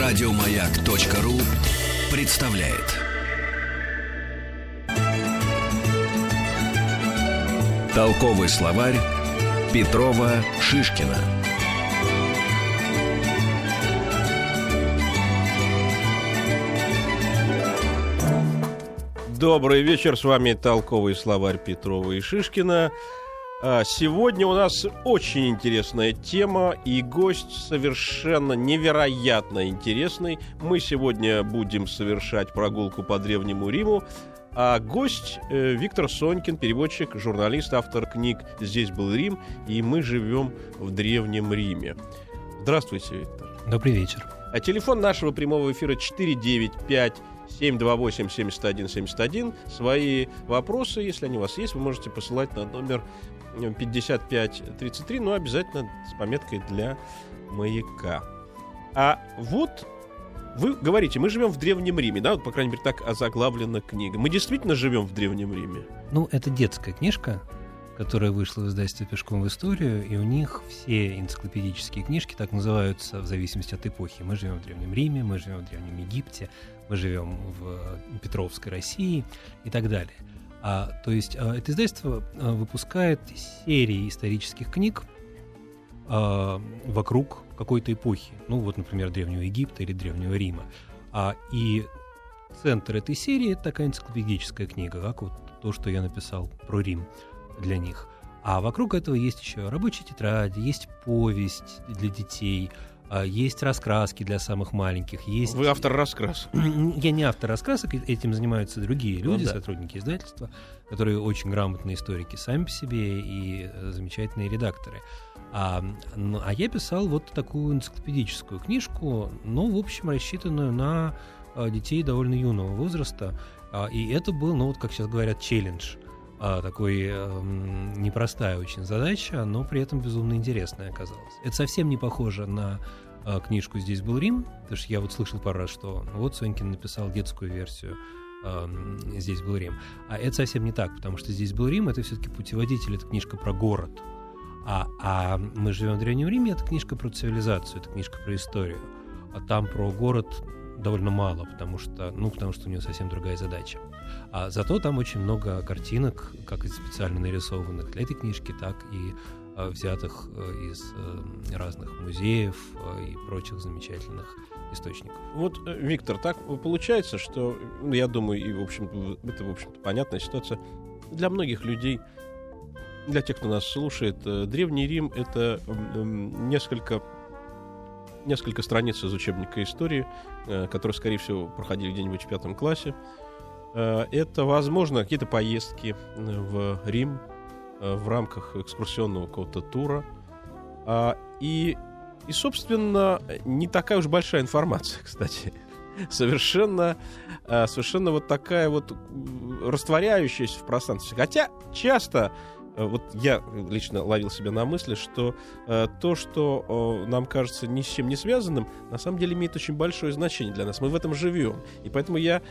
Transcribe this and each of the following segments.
Радиомаяк.ру представляет. Толковый словарь Петрова-Шишкина. Добрый вечер, с вами толковый словарь Петрова и Шишкина. Сегодня у нас очень интересная тема и гость совершенно невероятно интересный. Мы сегодня будем совершать прогулку по Древнему Риму. А гость Виктор Сонькин, переводчик, журналист, автор книг «Здесь был Рим» и «Мы живем в Древнем Риме». Здравствуйте, Виктор. Добрый вечер. А телефон нашего прямого эфира 495-728-7171. Свои вопросы, если они у вас есть, вы можете посылать на номер 5533, но обязательно с пометкой для «Маяка». А вот вы говорите, мы живем в Древнем Риме, да, вот, по крайней мере, так озаглавлена книга. Мы действительно живем в Древнем Риме? Ну, это детская книжка, которая вышла в издательстве «Пешком в историю», и у них все энциклопедические книжки так называются в зависимости от эпохи. Мы живем в Древнем Риме, мы живем в Древнем Египте, мы живем в Петровской России и так далее. То есть это издательство выпускает серии исторических книг вокруг какой-то эпохи. Ну, вот, например, Древнего Египта или Древнего Рима. И центр этой серии — это такая энциклопедическая книга, как вот то, что я написал про Рим для них. А вокруг этого есть еще рабочие тетради, есть повесть для детей, есть раскраски для самых маленьких. Есть... Вы автор раскрасок? Я не автор раскрасок, этим занимаются другие люди, сотрудники издательства, которые очень грамотные историки сами по себе и замечательные редакторы. А я писал вот такую энциклопедическую книжку, в общем, рассчитанную на детей довольно юного возраста. И это был, вот как сейчас говорят, челлендж. Такой непростая очень задача, но при этом безумно интересная оказалась. Это совсем не похоже на книжку «Здесь был Рим», потому что я вот слышал пару раз, что вот Сонькин написал детскую версию «Здесь был Рим». А это совсем не так, потому что «Здесь был Рим» — это все-таки путеводитель, это книжка про город. А «Мы живем в Древнем Риме» — это книжка про цивилизацию, это книжка про историю. А там про город довольно мало, потому что у него совсем другая задача. Зато там очень много картинок, как и специально нарисованных для этой книжки, так и взятых из разных музеев и прочих замечательных источников. Вот, Виктор, так получается, что, я думаю, и, в общем-то, это, в общем-то, понятная ситуация для многих людей, для тех, кто нас слушает. Древний Рим — это несколько страниц из учебника истории, которые, скорее всего, проходили где-нибудь в 5 классе. Это, возможно, какие-то поездки в Рим в рамках экскурсионного какого-то тура. И, собственно, не такая уж большая информация, кстати. Совершенно вот такая вот растворяющаяся в пространстве. Хотя часто... Вот я лично ловил себя на мысли, что то, что нам кажется ни с чем не связанным, на самом деле имеет очень большое значение для нас. Мы в этом живем. И поэтому я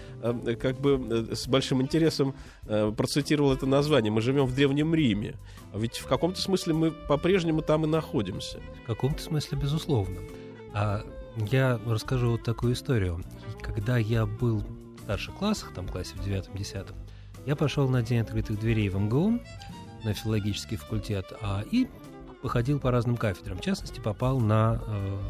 с большим интересом процитировал это название. Мы живем в Древнем Риме. Ведь в каком-то смысле мы по-прежнему там и находимся. В каком-то смысле, безусловно. Я расскажу вот такую историю. Когда я был в старших классах, там в классе в 9-10, я пошел на День открытых дверей в МГУ, на филологический факультет, и походил по разным кафедрам. В частности, попал на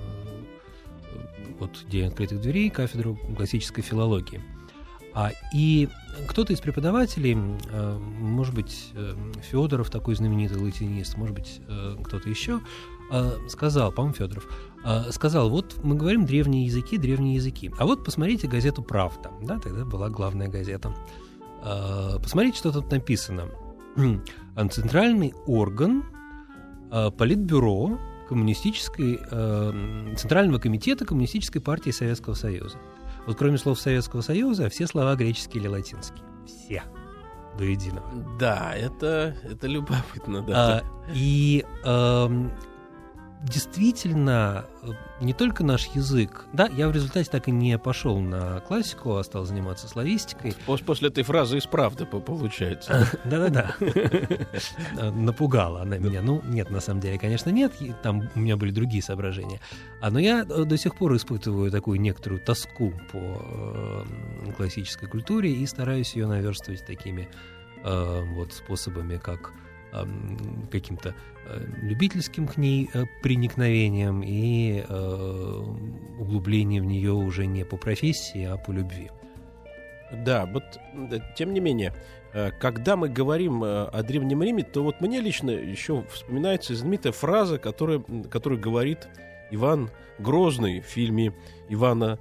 День открытых дверей, кафедру классической филологии. И кто-то из преподавателей, может быть, Федоров, такой знаменитый латинист, может быть, кто-то еще, сказал, по-моему, Федоров, сказал, вот мы говорим древние языки. А вот посмотрите газету «Правда». Да, тогда была главная газета. Посмотрите, что тут написано. Центральный орган Политбюро Центрального комитета Коммунистической партии Советского Союза. Вот кроме слов Советского Союза, все слова греческие или латинские. Все. До единого. Да, это любопытно. Да. действительно, не только наш язык. Да, я в результате так и не пошел на классику, а стал заниматься славистикой. После этой фразы из правды получается. Да-да-да. Напугала она меня. Ну, нет, на самом деле, конечно, нет. Там у меня были другие соображения. Но я до сих пор испытываю такую некоторую тоску по классической культуре и стараюсь ее наверстывать такими вот способами, как каким-то любительским к ней проникновением и углублением в нее уже не по профессии, а по любви. Да, вот тем не менее, когда мы говорим о Древнем Риме, то вот мне лично еще вспоминается знаменитая фраза, которую говорит Иван Грозный в фильме Иван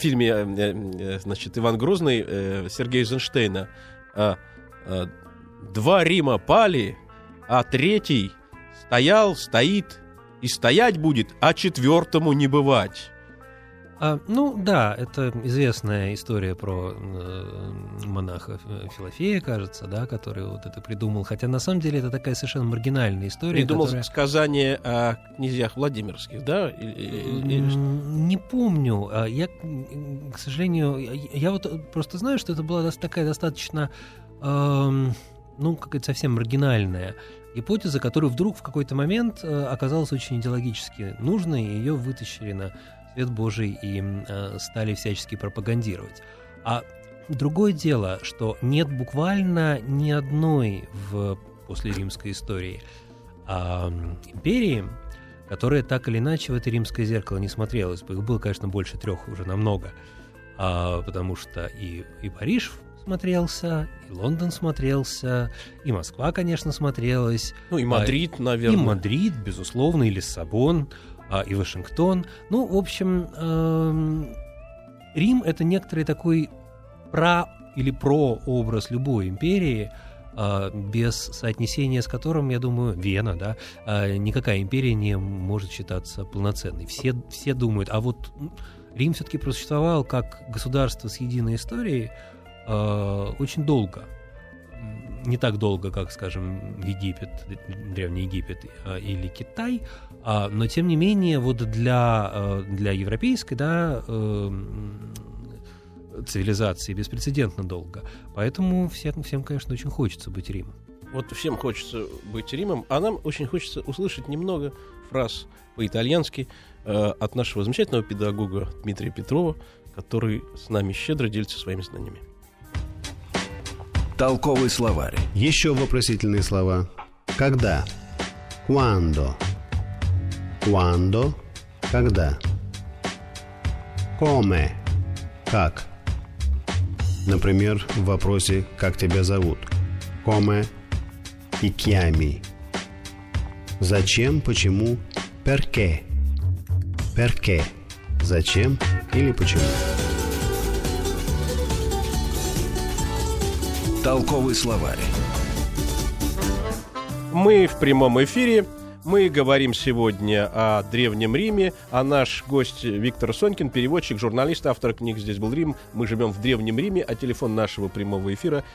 Грозный Сергея Эйзенштейна. «Два Рима пали, а третий стоит и стоять будет, а четвертому не бывать». Ну да, это известная история про монаха Филофея, кажется, да, который вот это придумал. Хотя на самом деле это такая совершенно маргинальная история. Придумал сказание о князьях Владимирских, да? Не помню. Я, к сожалению, я вот просто знаю, что это была такая достаточно, какая-то совсем маргинальная гипотеза, которая вдруг в какой-то момент оказалась очень идеологически нужной, и ее вытащили на свет Божий и стали всячески пропагандировать. А другое дело, что нет буквально ни одной в послеримской истории империи, которая так или иначе в это римское зеркало не смотрелась. Их было, конечно, больше 3 уже намного, потому что и Париж смотрелся, и Лондон смотрелся, и Москва, конечно, смотрелась. Ну, и Мадрид, наверное. И Мадрид, безусловно, и Лиссабон, и Вашингтон. Ну, в общем, Рим — это некоторый такой прообраз любой империи, без соотнесения с которым, я думаю, Вена, да, никакая империя не может считаться полноценной. Все думают, а вот Рим все-таки просуществовал как государство с единой историей очень долго. Не так долго, как, скажем, Египет, Древний Египет или Китай, но, тем не менее, вот для европейской, да, цивилизации беспрецедентно долго. Поэтому всем, конечно, очень хочется быть Римом. Вот всем хочется быть Римом, а нам очень хочется услышать немного фраз по-итальянски от нашего замечательного педагога Дмитрия Петрова, который с нами щедро делится своими знаниями. Толковый словарь. Еще вопросительные слова. Когда? Quando. Quando. Когда. Come. Как. Например, в вопросе «Как тебя зовут?» Come ti chiami. Зачем, почему? Perché. Perché. Зачем или почему? Толковый словарь. Мы в прямом эфире. Мы говорим сегодня о Древнем Риме, а наш гость Виктор Сонькин, переводчик, журналист, автор книг «Здесь был Рим». Мы живем в ДревнемРиме, а телефон нашего прямого эфира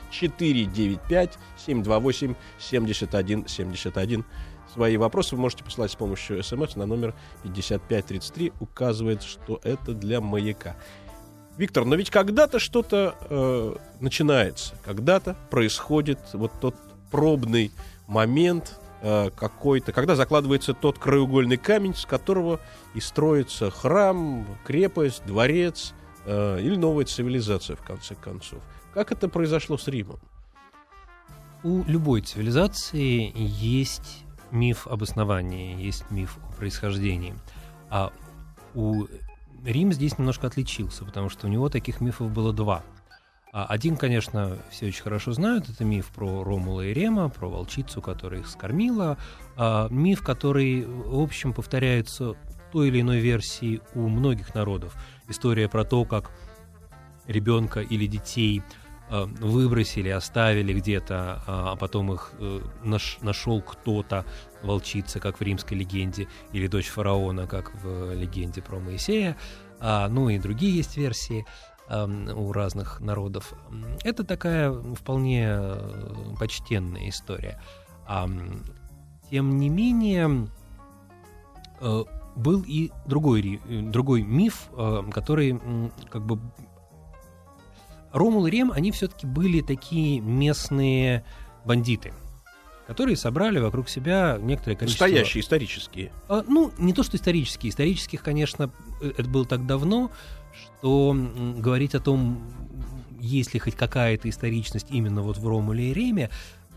495-728-7171. Свои вопросы вы можете послать с помощью СМС на номер 5533. Указывает, что это для «Маяка». Виктор, но ведь когда-то что-то начинается, когда-то происходит вот тот пробный момент какой-то, когда закладывается тот краеугольный камень, с которого и строится храм, крепость, дворец или новая цивилизация, в конце концов. Как это произошло с Римом? У любой цивилизации есть миф об основании, есть миф о происхождении. А у Рим здесь немножко отличился, потому что у него таких мифов было 2. Один, конечно, все очень хорошо знают, это миф про Ромула и Рема, про волчицу, которая их скормила. Миф, который, в общем, повторяется в той или иной версии у многих народов. История про то, как ребенка или детей выбросили, оставили где-то, а потом их нашел кто-то, волчица, как в римской легенде, или дочь фараона, как в легенде про Моисея. Ну и другие есть версии у разных народов. Это такая вполне почтенная история. Тем не менее, был и другой миф, который как бы... Ромул и Рем, они все-таки были такие местные бандиты, которые собрали вокруг себя некоторое количество... Настоящие, исторические. Не то, что исторические. Исторических, конечно, это было так давно, что говорить о том, есть ли хоть какая-то историчность именно вот в Ромуле и Реме,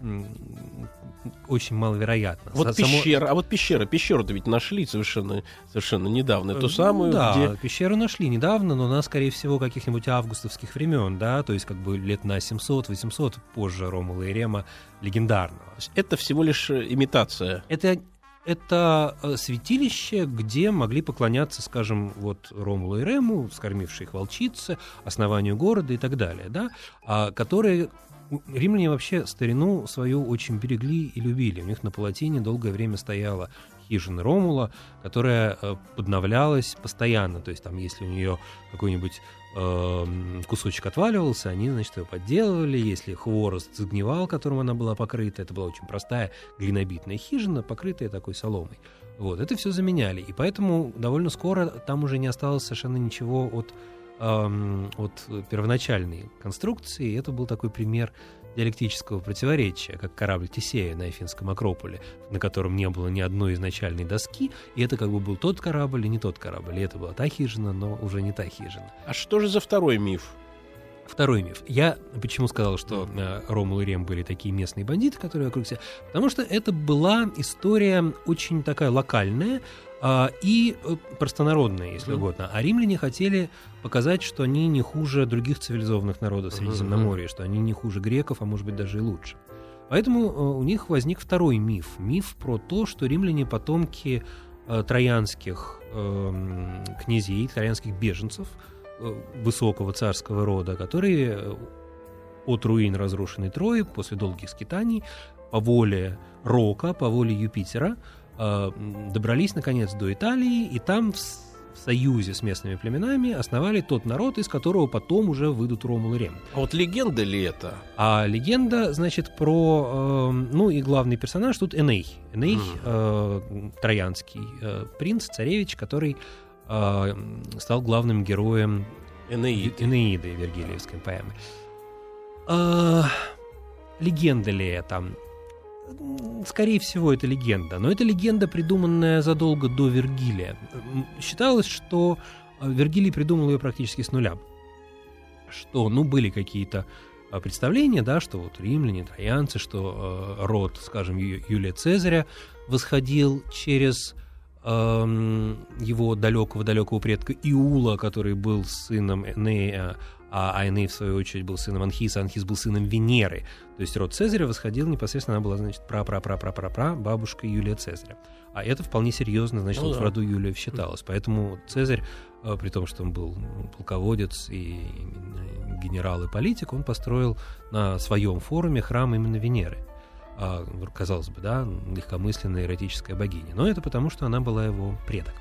очень маловероятно. Пещеру-то ведь нашли совершенно недавно. Ту самую, да, пещеру нашли недавно, но она, скорее всего, каких-нибудь августовских времен, да, то есть как бы лет на 700-800 позже Ромула и Рема легендарного. Это всего лишь имитация. Это святилище, где могли поклоняться, скажем, вот Ромулу и Рему, скормившие их волчицы, основанию города и так далее, да, которые... Римляне вообще старину свою очень берегли и любили. У них на Палатине долгое время стояла хижина Ромула, которая подновлялась постоянно. То есть там, если у нее какой-нибудь кусочек отваливался, они, значит, его подделывали. Если хворост загнивал, которым она была покрыта, это была очень простая глинобитная хижина, покрытая такой соломой. Вот, это все заменяли. И поэтому довольно скоро там уже не осталось совершенно ничего от первоначальной конструкции. Это был такой пример диалектического противоречия, как корабль Тесея на Афинском Акрополе, на котором не было ни одной изначальной доски, и это как бы был тот корабль и не тот корабль. И это была та хижина, но уже не та хижина. А что же за второй миф? Второй миф. Я почему сказал, что Ромул и Рем были такие местные бандиты, которые вокруг себя? Потому что это была история очень такая локальная и простонародная, если угодно. А римляне хотели показать, что они не хуже других цивилизованных народов Средиземноморья, что они не хуже греков, а может быть даже и лучше. Поэтому у них возник второй миф. Миф про то, что римляне потомки троянских князей, троянских беженцев, высокого царского рода, которые от руин разрушенной Трои после долгих скитаний по воле Рока, по воле Юпитера добрались наконец до Италии, и там в союзе с местными племенами основали тот народ, из которого потом уже выйдут Ромул и Рем. А вот легенда ли это? А легенда, значит, про... и главный персонаж тут Эней. Эней, троянский принц, царевич, который стал главным героем Энеиды, Вергилиевской поэмы. Легенда ли это? Скорее всего, это легенда. Но это легенда, придуманная задолго до Вергилия. Считалось, что Вергилий придумал ее практически с нуля. Что, были какие-то представления, да, что вот римляне, троянцы, что род, скажем, Юлия Цезаря восходил через его далекого предка Иула, который был сыном Энея, а Эней, в свою очередь, был сыном Анхиса, Анхис был сыном Венеры. То есть род Цезаря восходил непосредственно, она была, значит, бабушка Юлия Цезаря. А это вполне серьезно, значит, в роду Юлиев считалось. Поэтому Цезарь, при том, что он был полководец и генерал и политик, он построил на своем форуме храм именно Венеры. Казалось бы, да, легкомысленная эротическая богиня. Но это потому, что она была его предок.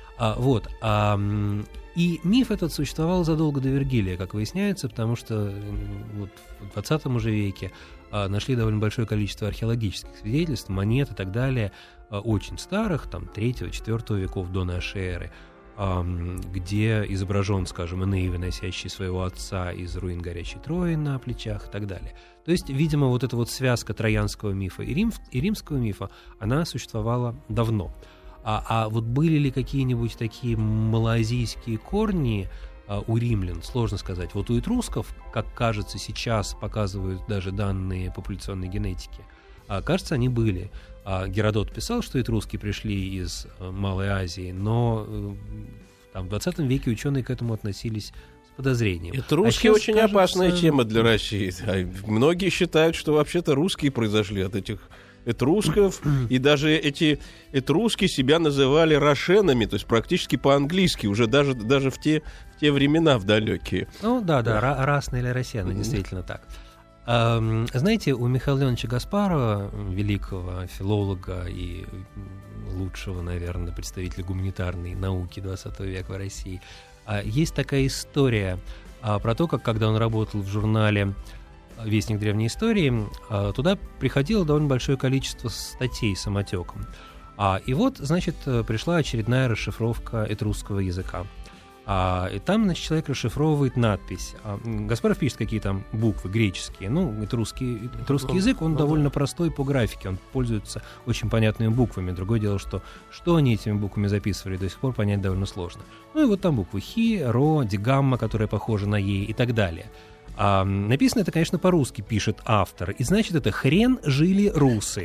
И миф этот существовал задолго до Вергилия, как выясняется, потому что вот в 20 уже веке нашли довольно большое количество археологических свидетельств, монет и так далее, очень старых, там, 3-4 веков до нашей эры, где изображен, скажем, Эней, выносящий своего отца из руин горячей Трои на плечах и так далее. То есть, видимо, вот эта вот связка троянского мифа и римского мифа, она существовала давно. А вот были ли какие-нибудь такие малоазийские корни у римлян, сложно сказать. Вот у этрусков, как кажется, сейчас показывают даже данные популяционной генетики, кажется, они были. Геродот писал, что этруски пришли из Малой Азии, но там, в 20 веке ученые к этому относились с подозрением. Этруски очень опасная тема для России. Многие считают, что вообще-то русские произошли от этих этрусков, и даже эти этруски себя называли рошенами, то есть практически по-английски, уже даже в те времена в далекие. Расны или россияне, действительно так. Знаете, у Михаила Леоновича Гаспарова, великого филолога и лучшего, наверное, представителя гуманитарной науки 20 века в России, есть такая история про то, как когда он работал в журнале «Вестник древней истории», туда приходило довольно большое количество статей самотеком. И вот, значит, пришла очередная расшифровка этрусского языка. И там, значит, человек расшифровывает надпись. Гаспаров пишет, какие там буквы греческие. Это русский язык, он довольно простой по графике. Он пользуется очень понятными буквами. Другое дело, что они этими буквами записывали, до сих пор понять довольно сложно. И вот там буквы хи, ро, дигамма, которая похожа на е и так далее. Написано это, конечно, по-русски, пишет автор. И значит, это «хрен жили русы».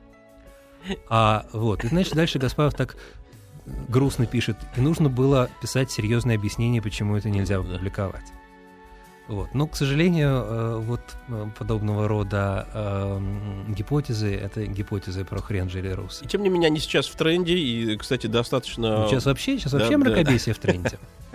И значит, дальше Гаспаров так грустно пишет, и нужно было писать серьезное объяснение, почему это нельзя опубликовать. Но, к сожалению, подобного рода гипотезы, это гипотезы про «хрен жили русы». И тем не менее, они сейчас в тренде, и, кстати, достаточно... Сейчас вообще мракобесие в тренде.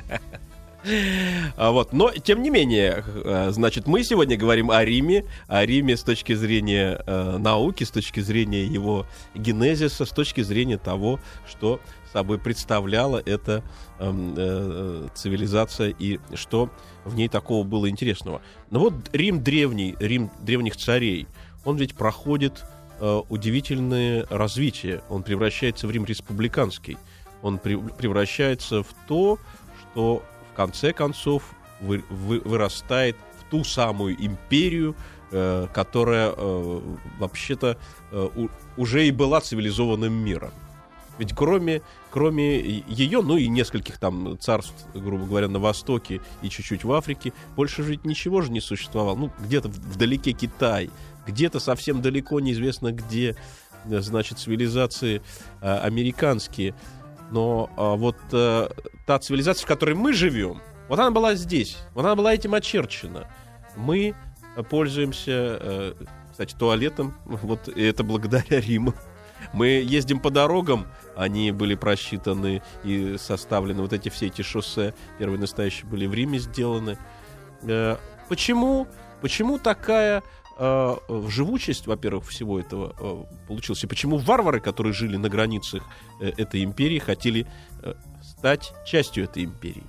Но, тем не менее, значит, мы сегодня говорим о Риме с точки зрения науки, с точки зрения его генезиса, с точки зрения того, что собой представляла эта цивилизация и что в ней такого было интересного. Рим древний, Рим древних царей, он ведь проходит удивительное развитие. Он превращается в Рим республиканский. Он превращается в то, что в конце концов вырастает в ту самую империю, которая вообще-то уже и была цивилизованным миром. Ведь кроме ее, и нескольких там царств, грубо говоря, на Востоке и чуть-чуть в Африке, больше жить ничего же не существовало. Где-то вдалеке Китай, где-то совсем далеко, неизвестно где, значит, цивилизации американские. Но та цивилизация, в которой мы живем, она была здесь, она была этим очерчена. Мы пользуемся, кстати, туалетом, и это благодаря Риму. Мы ездим по дорогам, они были просчитаны и составлены, все эти шоссе, первые настоящие, были в Риме сделаны. Почему такая живучесть, во-первых, всего этого получилась? И почему варвары, которые жили на границах этой империи, хотели стать частью этой империи?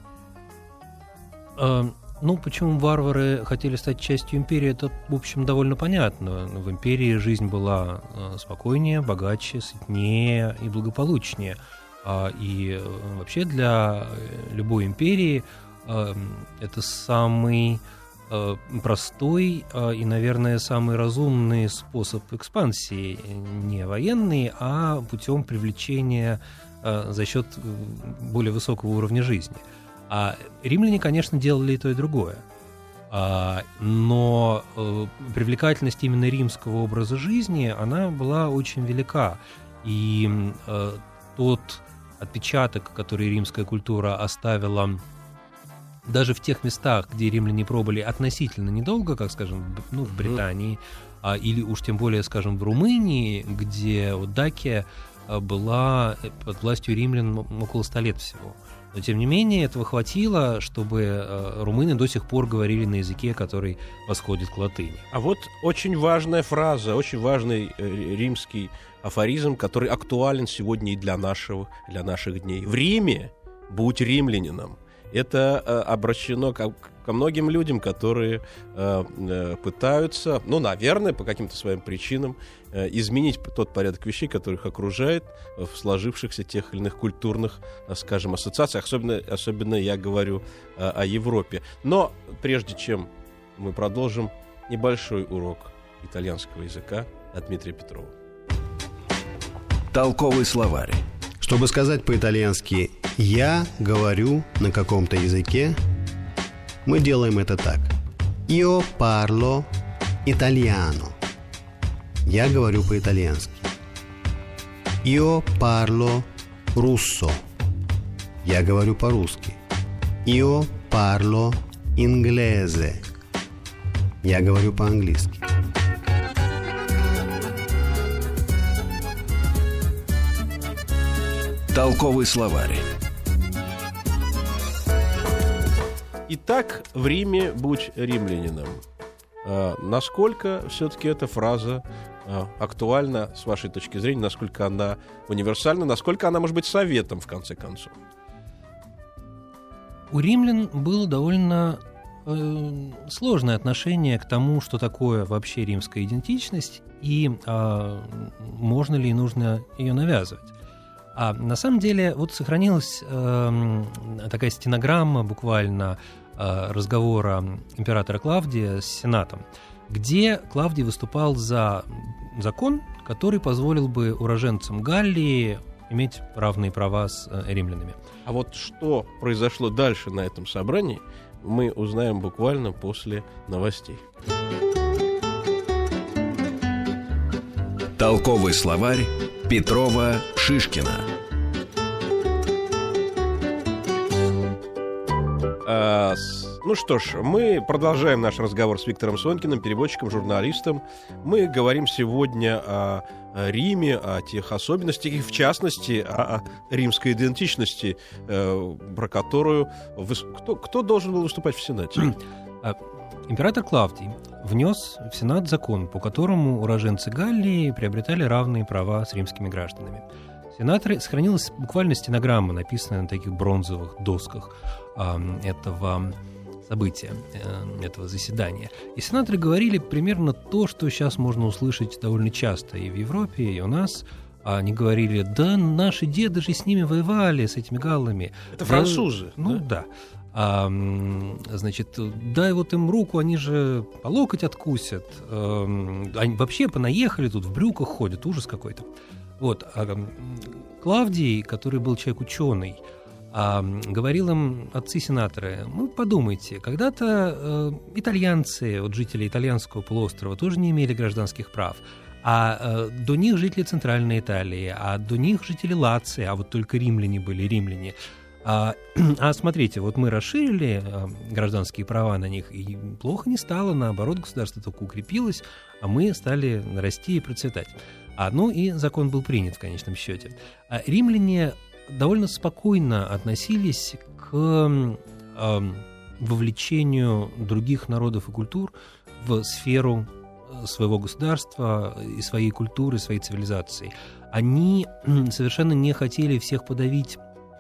Почему варвары хотели стать частью империи, это, в общем, довольно понятно. В империи жизнь была спокойнее, богаче, сытнее и благополучнее. И вообще для любой империи это самый простой и, наверное, самый разумный способ экспансии. Не военный, а путем привлечения за счет более высокого уровня жизни. Римляне, конечно, делали и то, и другое. Но привлекательность именно римского образа жизни, она была очень велика. И тот отпечаток, который римская культура оставила даже в тех местах, где римляне пробыли относительно недолго, как, скажем, в Британии, или уж тем более, скажем, в Румынии, где Дакия была под властью римлян около 100 лет всего. Но, тем не менее, этого хватило, чтобы румыны до сих пор говорили на языке, который восходит к латыни. Очень важная фраза, очень важный римский афоризм, который актуален сегодня и для наших дней. В Риме будь римлянином. Это обращено ко многим людям, которые пытаются, наверное, по каким-то своим причинам изменить тот порядок вещей, который их окружает в сложившихся тех или иных культурных, скажем, ассоциациях. Особенно я говорю о Европе. Но прежде чем мы продолжим, небольшой урок итальянского языка от Дмитрия Петрова. Толковый словарь. Чтобы сказать по-итальянски «я говорю на каком-то языке», мы делаем это так. Io parlo italiano. Я говорю по-итальянски. Io parlo russo. Я говорю по-русски. Io parlo inglese. Я говорю по-английски. Толковый словарь. Итак, в Риме будь римлянином. Насколько все-таки эта фраза актуальна с вашей точки зрения, насколько она универсальна, насколько она может быть советом, в конце концов? У римлян было довольно сложное отношение к тому, что такое вообще римская идентичность и можно ли и нужно ее навязывать. А на самом деле вот сохранилась такая стенограмма буквально разговора императора Клавдия с Сенатом, где Клавдий выступал за закон, который позволил бы уроженцам Галлии иметь равные права с римлянами. А вот что произошло дальше на этом собрании, мы узнаем буквально после новостей. Толковый словарь Петрова-Шишкина. Ну что ж, мы продолжаем наш разговор с Виктором Сонькиным, переводчиком, журналистом. Мы говорим сегодня о Риме, о тех особенностях и, в частности, о римской идентичности, про которую... Кто должен был выступать в Сенате? Император Клавдий внес в Сенат закон, по которому уроженцы Галлии приобретали равные права с римскими гражданами. Сенаторы, сохранилась буквально стенограмма, написанная на таких бронзовых досках этого события, этого заседания. И сенаторы говорили примерно то, что сейчас можно услышать довольно часто и в Европе, и у нас. Они говорили: да, наши деды же с ними воевали, с этими галлами. Это французы. Ну да. Значит, дай вот им руку, они же по локоть откусят. Они вообще понаехали тут, в брюках ходят, ужас какой-то. Вот. Клавдий, который был человек ученый, говорил им отцы-сенаторы: ну, подумайте, когда-то итальянцы, вот жители итальянского полуострова, тоже не имели гражданских прав, а до них жители Центральной Италии, а до них жители Лации, а вот только римляне были, римляне. А смотрите, вот мы расширили гражданские права на них, и плохо не стало, наоборот, государство только укрепилось, а мы стали расти и процветать. Ну и закон был принят в конечном счете. Римляне довольно спокойно относились к вовлечению других народов и культур в сферу своего государства и своей культуры, своей цивилизации. Они совершенно не хотели всех подавить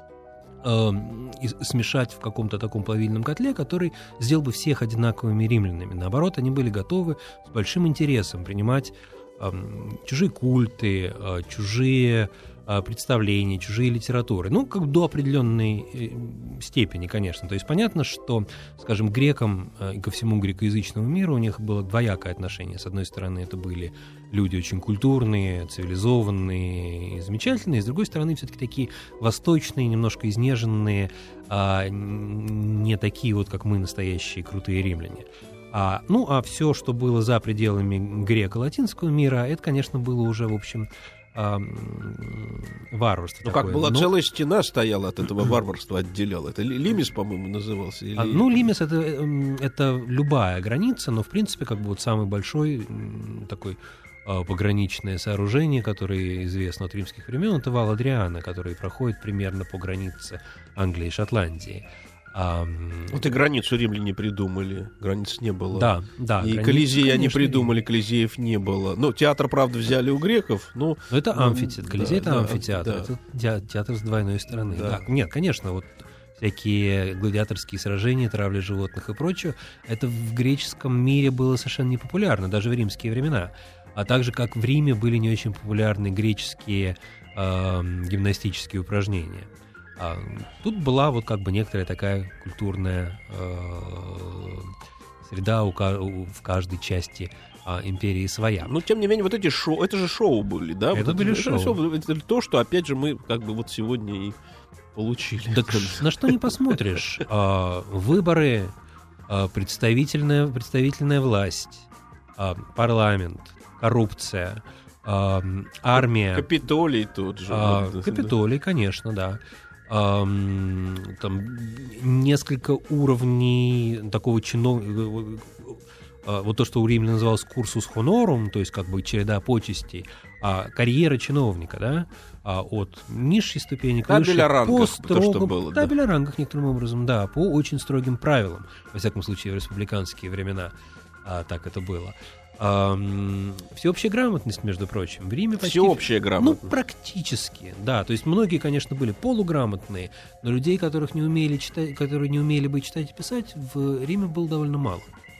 и смешать в каком-то таком плавильном котле, который сделал бы всех одинаковыми римлянами. Наоборот, они были готовы с большим интересом принимать чужие культы, чужие представления, чужие литературы. Ну, как до определенной степени, конечно. То есть понятно, что, скажем, грекам и ко всему грекоязычному миру у них было двоякое отношение. С одной стороны, это были люди очень культурные, цивилизованные и замечательные. С другой стороны, все-таки такие восточные, немножко изнеженные, не такие вот, как мы, настоящие крутые римляне. А все, что было за пределами греко-латинского мира, это, конечно, было уже, в общем, варварство. Ну, как была целая стена стояла от этого варварства, отделяла. Это Лимис, по-моему, назывался? Или... Лимис это любая граница, но, в принципе, как бы вот самый большой такой пограничное сооружение, которое известно от римских времен, это вал Адриана, который проходит примерно по границе Англии и Шотландии. Вот и границу римляне придумали, границ не было. Да. И Колизей они придумали, Колизеев не было. Ну, театр, правда, взяли у греков, но... Это амфитеатр, Колизей это амфитеатр, это театр с двойной стороны. Да. Нет, конечно, вот всякие гладиаторские сражения, травля животных и прочее, это в греческом мире было совершенно непопулярно, даже в римские времена. А также, как в Риме были не очень популярны греческие гимнастические упражнения. Тут была вот как бы некоторая такая культурная среда в каждой части империи своя. Но, тем не менее, вот эти шоу, это же шоу были, да? Это были шоу. Это то, что, опять же, мы как бы вот сегодня и получили. Так на что не посмотришь. Выборы, представительная власть, парламент, коррупция, армия. Капитолий тот же. Капитолий, конечно, да. Там несколько уровней такого чиновника, вот то, что у римлян называлось курсус хонорум, то есть как бы череда почестей, карьера чиновника, да, от низшей ступени к высшей, по строгому, табель о рангах некоторым образом, да, по очень строгим правилам, во всяком случае в республиканские времена так это было. Всеобщая грамотность, между прочим, в Риме почти... Всеобщая грамотность? Ну, практически, да. То есть многие, конечно, были полуграмотные, но людей, которые не умели бы читать и писать, в Риме было довольно мало.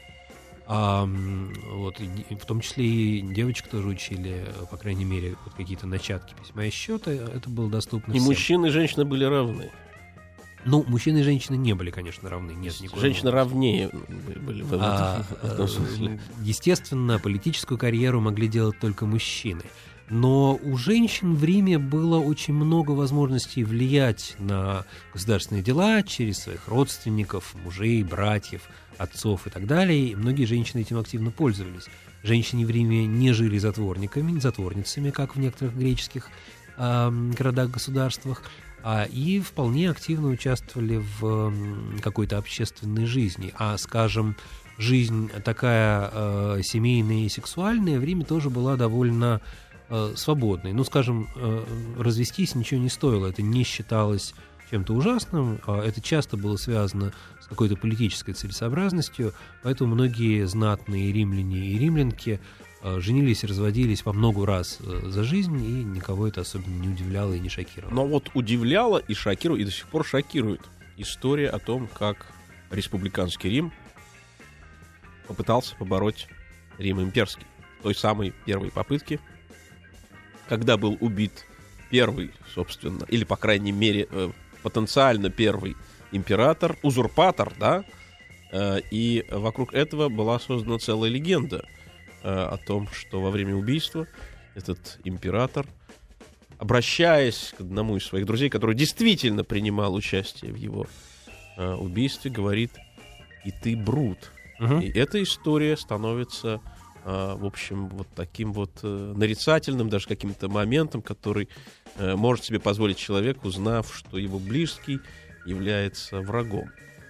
Вот, в том числе и девочек тоже учили, по крайней мере, вот какие-то начатки письма и счета, это было доступно и всем. Мужчины и женщины были равны? Ну, мужчины и женщины не были, конечно, равны. Нет, женщины равнее были в этом смысле. Естественно, политическую карьеру могли делать только мужчины. Но у женщин в Риме было очень много возможностей влиять на государственные дела через своих родственников, мужей, братьев, отцов и так далее. И многие женщины этим активно пользовались. Женщины в Риме не жили затворницами, как в некоторых греческих городах-государствах, и вполне активно участвовали в какой-то общественной жизни. Скажем, жизнь такая семейная и сексуальная в Риме тоже была довольно свободной. Ну, скажем, развестись ничего не стоило, это не считалось чем-то ужасным, это часто было связано с какой-то политической целесообразностью, поэтому многие знатные римляне и римлянки женились и разводились по много раз за жизнь, и никого это особенно не удивляло и не шокировало. Но вот удивляло и шокировало, и до сих пор шокирует история о том, как республиканский Рим попытался побороть Рим имперский. Той самой первой попытки, когда был убит первый, собственно, или, по крайней мере, потенциально первый император, узурпатор, да, и вокруг этого была создана целая легенда о том, что во время убийства этот император, обращаясь к одному из своих друзей, который действительно принимал участие в его убийстве, говорит: «И ты брут». И эта история становится, в общем, вот таким вот нарицательным, даже каким-то моментом, который может себе позволить человек, узнав, что его близкий является врагом.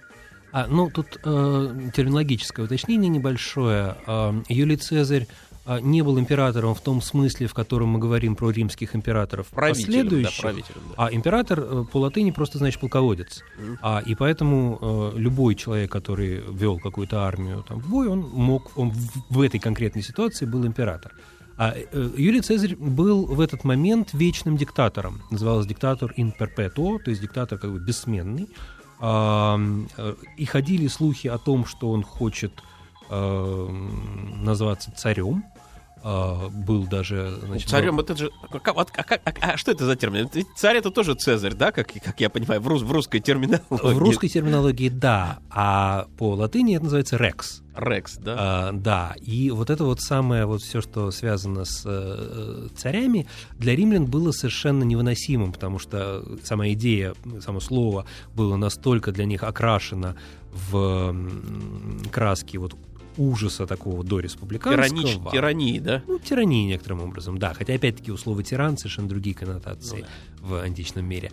Тут терминологическое уточнение небольшое. Юлий Цезарь не был императором в том смысле, в котором мы говорим про римских императоров последующих. Да, а император по латыни просто значит полководец. И поэтому любой человек, который вел какую-то армию там, в бой, он в этой конкретной ситуации был император. Юлий Цезарь был в этот момент вечным диктатором. Назывался диктатор in perpetuo, то есть диктатор как бы бессменный. И ходили слухи о том, что он хочет называться царем. Был даже... Значит, царем, это же... что это за термин? Царь — это тоже Цезарь, да, как я понимаю, в русской терминологии? В русской терминологии, да. А по латыни это называется рекс. Рекс, да? Да. И вот это вот самое, вот все, что связано с царями, для римлян было совершенно невыносимым, потому что сама идея, само слово было настолько для них окрашено в краски вот ужаса такого дореспубликанского. Тирании, да? Тирании некоторым образом, да. Хотя, опять-таки, у слова «тиран» совершенно другие коннотации в античном мире.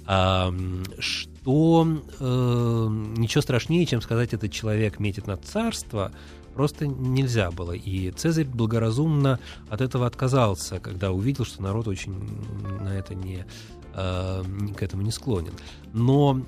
Что ничего страшнее, чем сказать, этот человек метит на царство, просто нельзя было. И Цезарь благоразумно от этого отказался, когда увидел, что народ очень на это к этому не склонен. Но...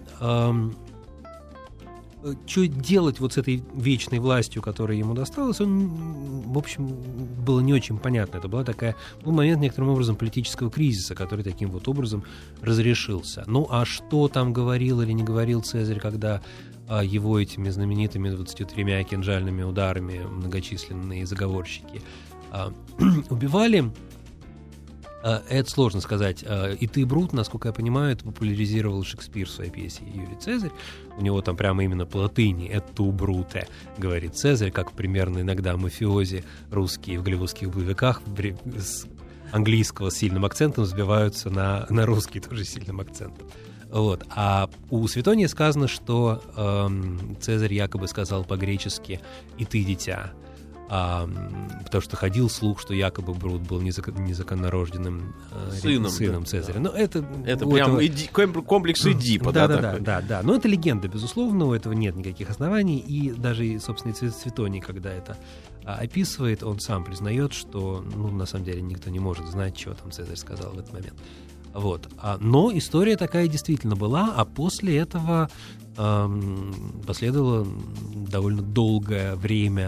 что делать вот с этой вечной властью, которая ему досталась, в общем, было не очень понятно. Это был момент, некоторым образом, политического кризиса, который таким вот образом разрешился. А что там говорил или не говорил Цезарь, когда его этими знаменитыми 23 кинжальными ударами многочисленные заговорщики убивали? Это сложно сказать. «И ты, брут», насколько я понимаю, это популяризировал Шекспир в своей пьесе «Юлий Цезарь». У него там прямо именно по латыни «эту бруте», говорит Цезарь, как примерно иногда мафиози русские в голливудских боевиках с английского с сильным акцентом сбиваются на русский тоже с сильным акцентом. Вот. А у Светония сказано, что Цезарь якобы сказал по-гречески «и ты, дитя». Потому что ходил слух, что якобы Брут был незаконнорожденным сыном Цезаря. Но это прям комплекс Эдипа. Да. Но это легенда, безусловно, у этого нет никаких оснований. И даже, собственно, Светоний, когда это описывает, он сам признает, что, на самом деле, никто не может знать, чего там Цезарь сказал в этот момент. Вот. Но история такая действительно была, а после этого последовало довольно долгое время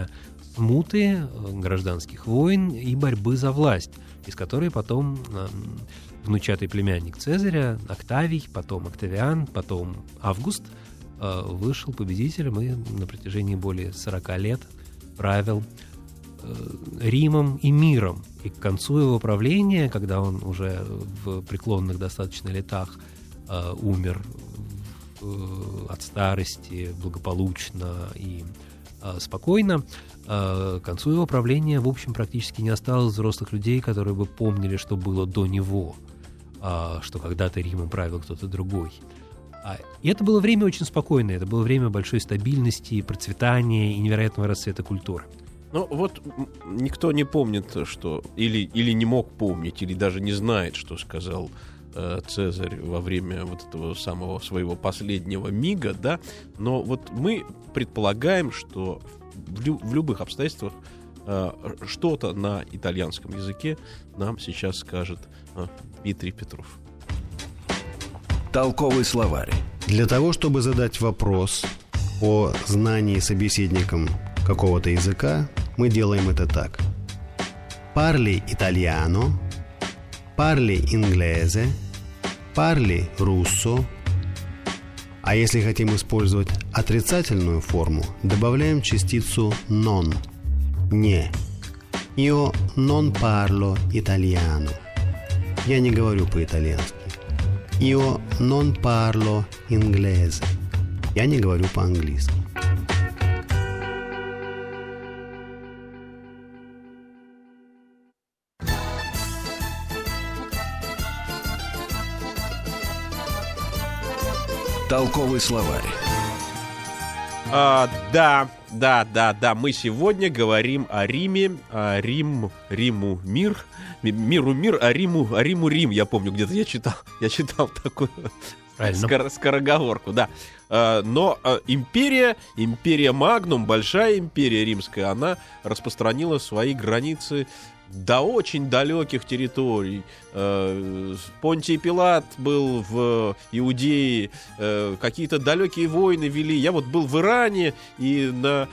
смуты, гражданских войн и борьбы за власть, из которой потом внучатый племянник Цезаря, Октавий, потом Октавиан, потом Август, вышел победителем и на протяжении более 40 лет правил Римом и миром. И к концу его правления, когда он уже в преклонных достаточно летах умер от старости благополучно и спокойно, к концу его правления, в общем, практически не осталось взрослых людей, которые бы помнили, что было до него, что когда-то Римом правил кто-то другой. И это было время очень спокойное, это было время большой стабильности, процветания и невероятного расцвета культуры. Ну вот никто не помнит, что или не мог помнить, или даже не знает, что сказал Цезарь во время вот этого самого своего последнего мига, да, но вот мы предполагаем, что в любых обстоятельствах что-то на итальянском языке нам сейчас скажет Дмитрий Петров. Толковый словарь. Для того, чтобы задать вопрос о знании собеседником какого-то языка, мы делаем это так. Parli italiano, parli inglese, parli russo. А если хотим использовать отрицательную форму, добавляем частицу non, не. Io non parlo italiano. Я не говорю по-итальянски. Io non parlo inglese. Я не говорю по-английски. Толковый словарь. Да, мы сегодня говорим о Риме, Риму мир, миру мир, а Риму Рим. Я помню, где-то я читал такую скороговорку, да. Но империя Магнум, большая империя римская, она распространила свои границы до очень далеких территорий. Понтий Пилат был в Иудее, какие-то далекие войны вели. Я вот был в Иране и на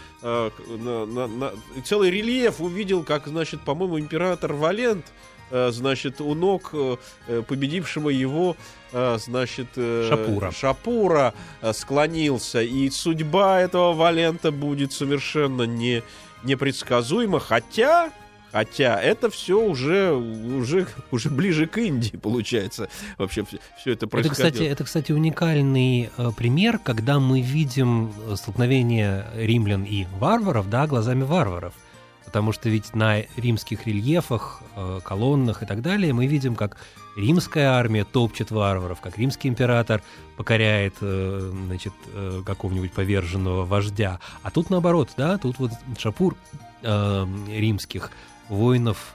целый рельеф увидел, как, значит, по-моему, император Валент, значит, у ног победившего его, значит, Шапура склонился. И судьба этого Валента будет совершенно непредсказуема, хотя это все уже ближе к Индии, получается. Вообще все это происходило. Это, кстати, уникальный пример, когда мы видим столкновение римлян и варваров, да, глазами варваров. Потому что ведь на римских рельефах, колоннах и так далее мы видим, как римская армия топчет варваров, как римский император покоряет, значит, какого-нибудь поверженного вождя. А тут наоборот, да, тут вот Шапур римских воинов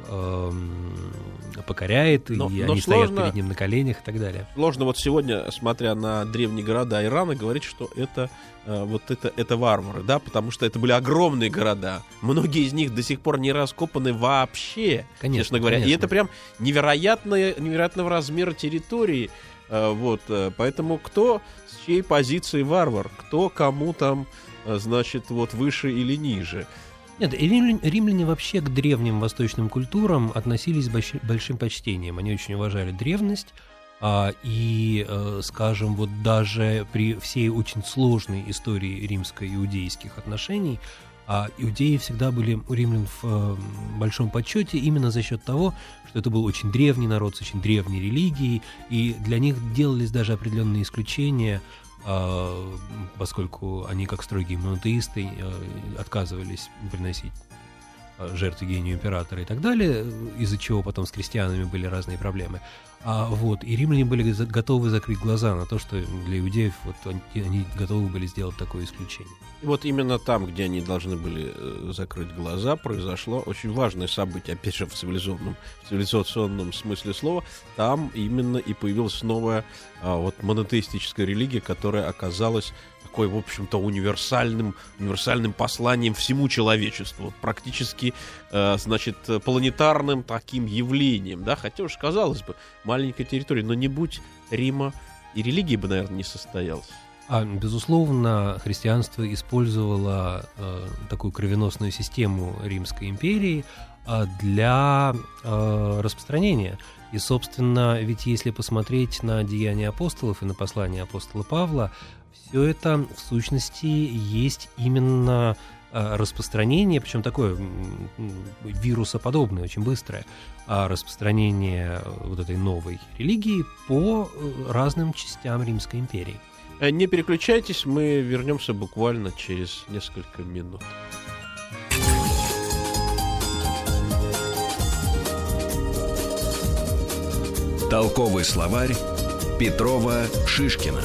покоряет, и они стоят перед ним на коленях и так далее. Сложно вот сегодня, смотря на древние города Ирана, говорить, что это варвары, да, потому что это были огромные города. Многие из них до сих пор не раскопаны вообще, конечно говоря. Конечно. И это прям невероятного размера территории. Вот, поэтому кто с чьей позиции варвар, кто кому там, значит, вот выше или ниже. Нет, римляне вообще к древним восточным культурам относились с большим почтением. Они очень уважали древность, и, скажем, вот даже при всей очень сложной истории римско-иудейских отношений, иудеи всегда были у римлян в большом почете именно за счет того, что это был очень древний народ с очень древней религией, и для них делались даже определенные исключения, поскольку они, как строгие монотеисты, отказывались приносить жертвы гению императора и так далее, из-за чего потом с крестьянами были разные проблемы. И римляне были готовы закрыть глаза на то, что для иудеев вот, они готовы были сделать такое исключение. И вот именно там, где они должны были закрыть глаза, произошло очень важное событие, опять же, в цивилизационном смысле слова. Там именно и появилась новая монотеистическая религия, которая оказалась такой, в общем-то, универсальным посланием всему человечеству, практически, значит, планетарным таким явлением, да, хотя уж, казалось бы, маленькая территория, но не будь Рима, и религии бы, наверное, не состоялась. Безусловно, христианство использовало такую кровеносную систему Римской империи для распространения. И, собственно, ведь если посмотреть на деяния апостолов и на послание апостола Павла, все это, в сущности, есть именно распространение, причем такое вирусоподобное, очень быстрое, распространение вот этой новой религии по разным частям Римской империи. Не переключайтесь, мы вернемся буквально через несколько минут. Толковый словарь Петрова Шишкина.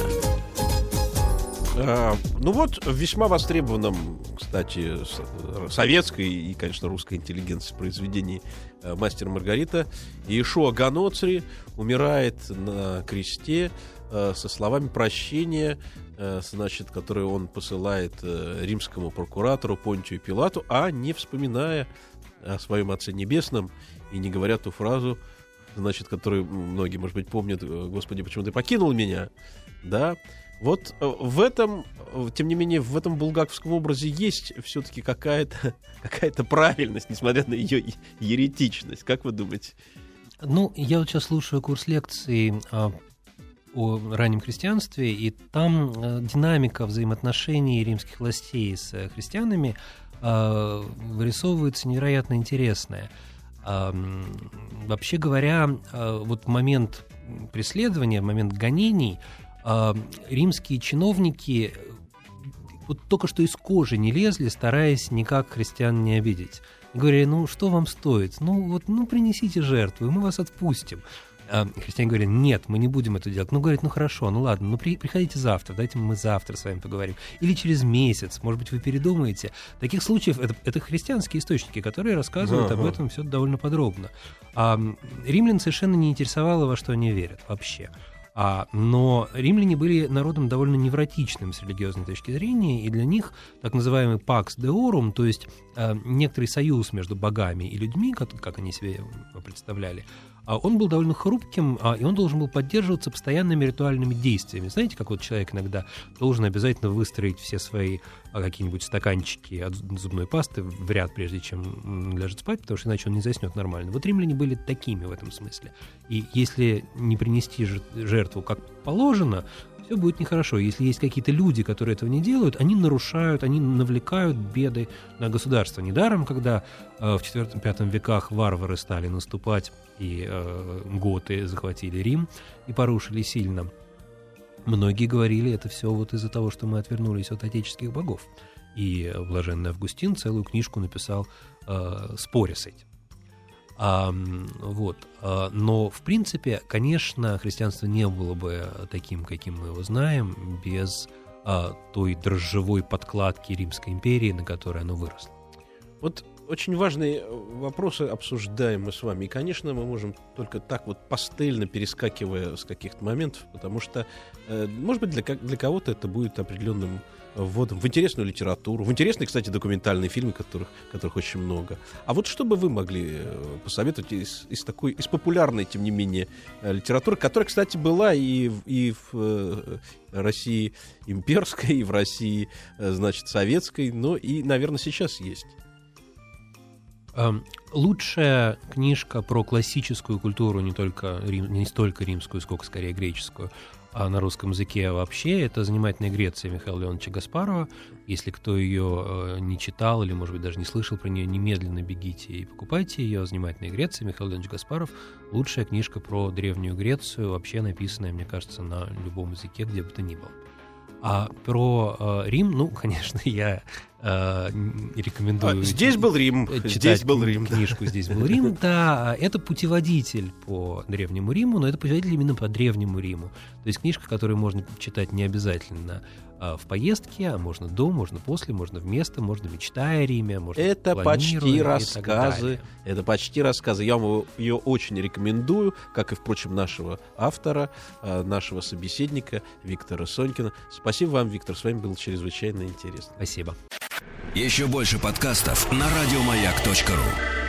Ну вот, в весьма востребованном, кстати, советской и, конечно, русской интеллигенции произведении «Мастер и Маргарита» Иешуа Ганоцри умирает на кресте со словами прощения, значит, которые он посылает римскому прокуратору Понтию Пилату, а не вспоминая о своем Отце Небесном и не говоря ту фразу, значит, которую многие, может быть, помнят: «Господи, почему ты покинул меня?» Да. Вот в этом, тем не менее, в этом булгаковском образе есть все-таки какая-то правильность, несмотря на ее еретичность. Как вы думаете? Ну, я вот сейчас слушаю курс лекций о раннем христианстве, и там динамика взаимоотношений римских властей с христианами вырисовывается невероятно интересная. Вообще говоря, вот в момент преследования, в момент гонений римские чиновники вот только что из кожи не лезли, стараясь никак христиан не обидеть. И говорили: ну что вам стоит? Принесите жертву, и мы вас отпустим. Христиане говорили: нет, мы не будем это делать. Говорит: хорошо, ладно, приходите завтра, дайте мы завтра с вами поговорим. Или через месяц, может быть, вы передумаете. Таких случаев, это христианские источники, которые рассказывают об этом все довольно подробно. Римлян совершенно не интересовало, во что они верят вообще. Но римляне были народом довольно невротичным с религиозной точки зрения, и для них так называемый Pax Deorum, то есть некоторый союз между богами и людьми, как они себе представляли, он был довольно хрупким, и он должен был поддерживаться постоянными ритуальными действиями. Знаете, как вот человек иногда должен обязательно выстроить все свои какие-нибудь стаканчики от зубной пасты в ряд, прежде чем ляжет спать, потому что иначе он не заснет нормально. Вот римляне были такими в этом смысле. И если не принести жертву как положено, все будет нехорошо. Если есть какие-то люди, которые этого не делают, они нарушают, они навлекают беды на государство. Недаром, когда в IV-V веках варвары стали наступать, и готы захватили Рим и порушили сильно, многие говорили, это все вот из-за того, что мы отвернулись от отеческих богов. И блаженный Августин целую книжку написал, споря с этим. Но, в принципе, конечно, христианство не было бы таким, каким мы его знаем, без той дрожжевой подкладки Римской империи, на которой оно выросло. Вот очень важные вопросы обсуждаем мы с вами. И, конечно, мы можем только так вот пастельно, перескакивая с каких-то моментов, потому что, может быть, для кого-то это будет определенным вводом в интересную литературу, в интересные, кстати, документальные фильмы, которых очень много. А вот что бы вы могли посоветовать из популярной, тем не менее, литературы, которая, кстати, была и в России имперской, и в России, значит, советской, но и, наверное, сейчас есть? Лучшая книжка про классическую культуру, не столько римскую, сколько скорее греческую, а на русском языке вообще, это «Занимательная Греция» Михаила Леонтьевича Гаспарова. Если кто ее не читал или, может быть, даже не слышал про нее, немедленно бегите и покупайте ее. «Занимательная Греция» Михаил Леонтьевич Гаспаров. Лучшая книжка про Древнюю Грецию, вообще написанная, мне кажется, на любом языке, где бы то ни было. А про Рим, конечно, я рекомендую... Здесь был Рим, здесь был Рим. Книжку «Здесь был Рим». Да, это путеводитель по Древнему Риму, но это путеводитель именно по Древнему Риму. То есть книжка, которую можно читать не обязательно в поездке, а можно до, можно после, можно вместо, можно мечтая о Риме, можно это почти рассказы. Это почти рассказы. Я вам ее очень рекомендую, как и, впрочем, нашего автора, нашего собеседника Виктора Сонькина. Спасибо вам, Виктор, с вами было чрезвычайно интересно. Спасибо. Еще больше подкастов на радиомаяк.ру.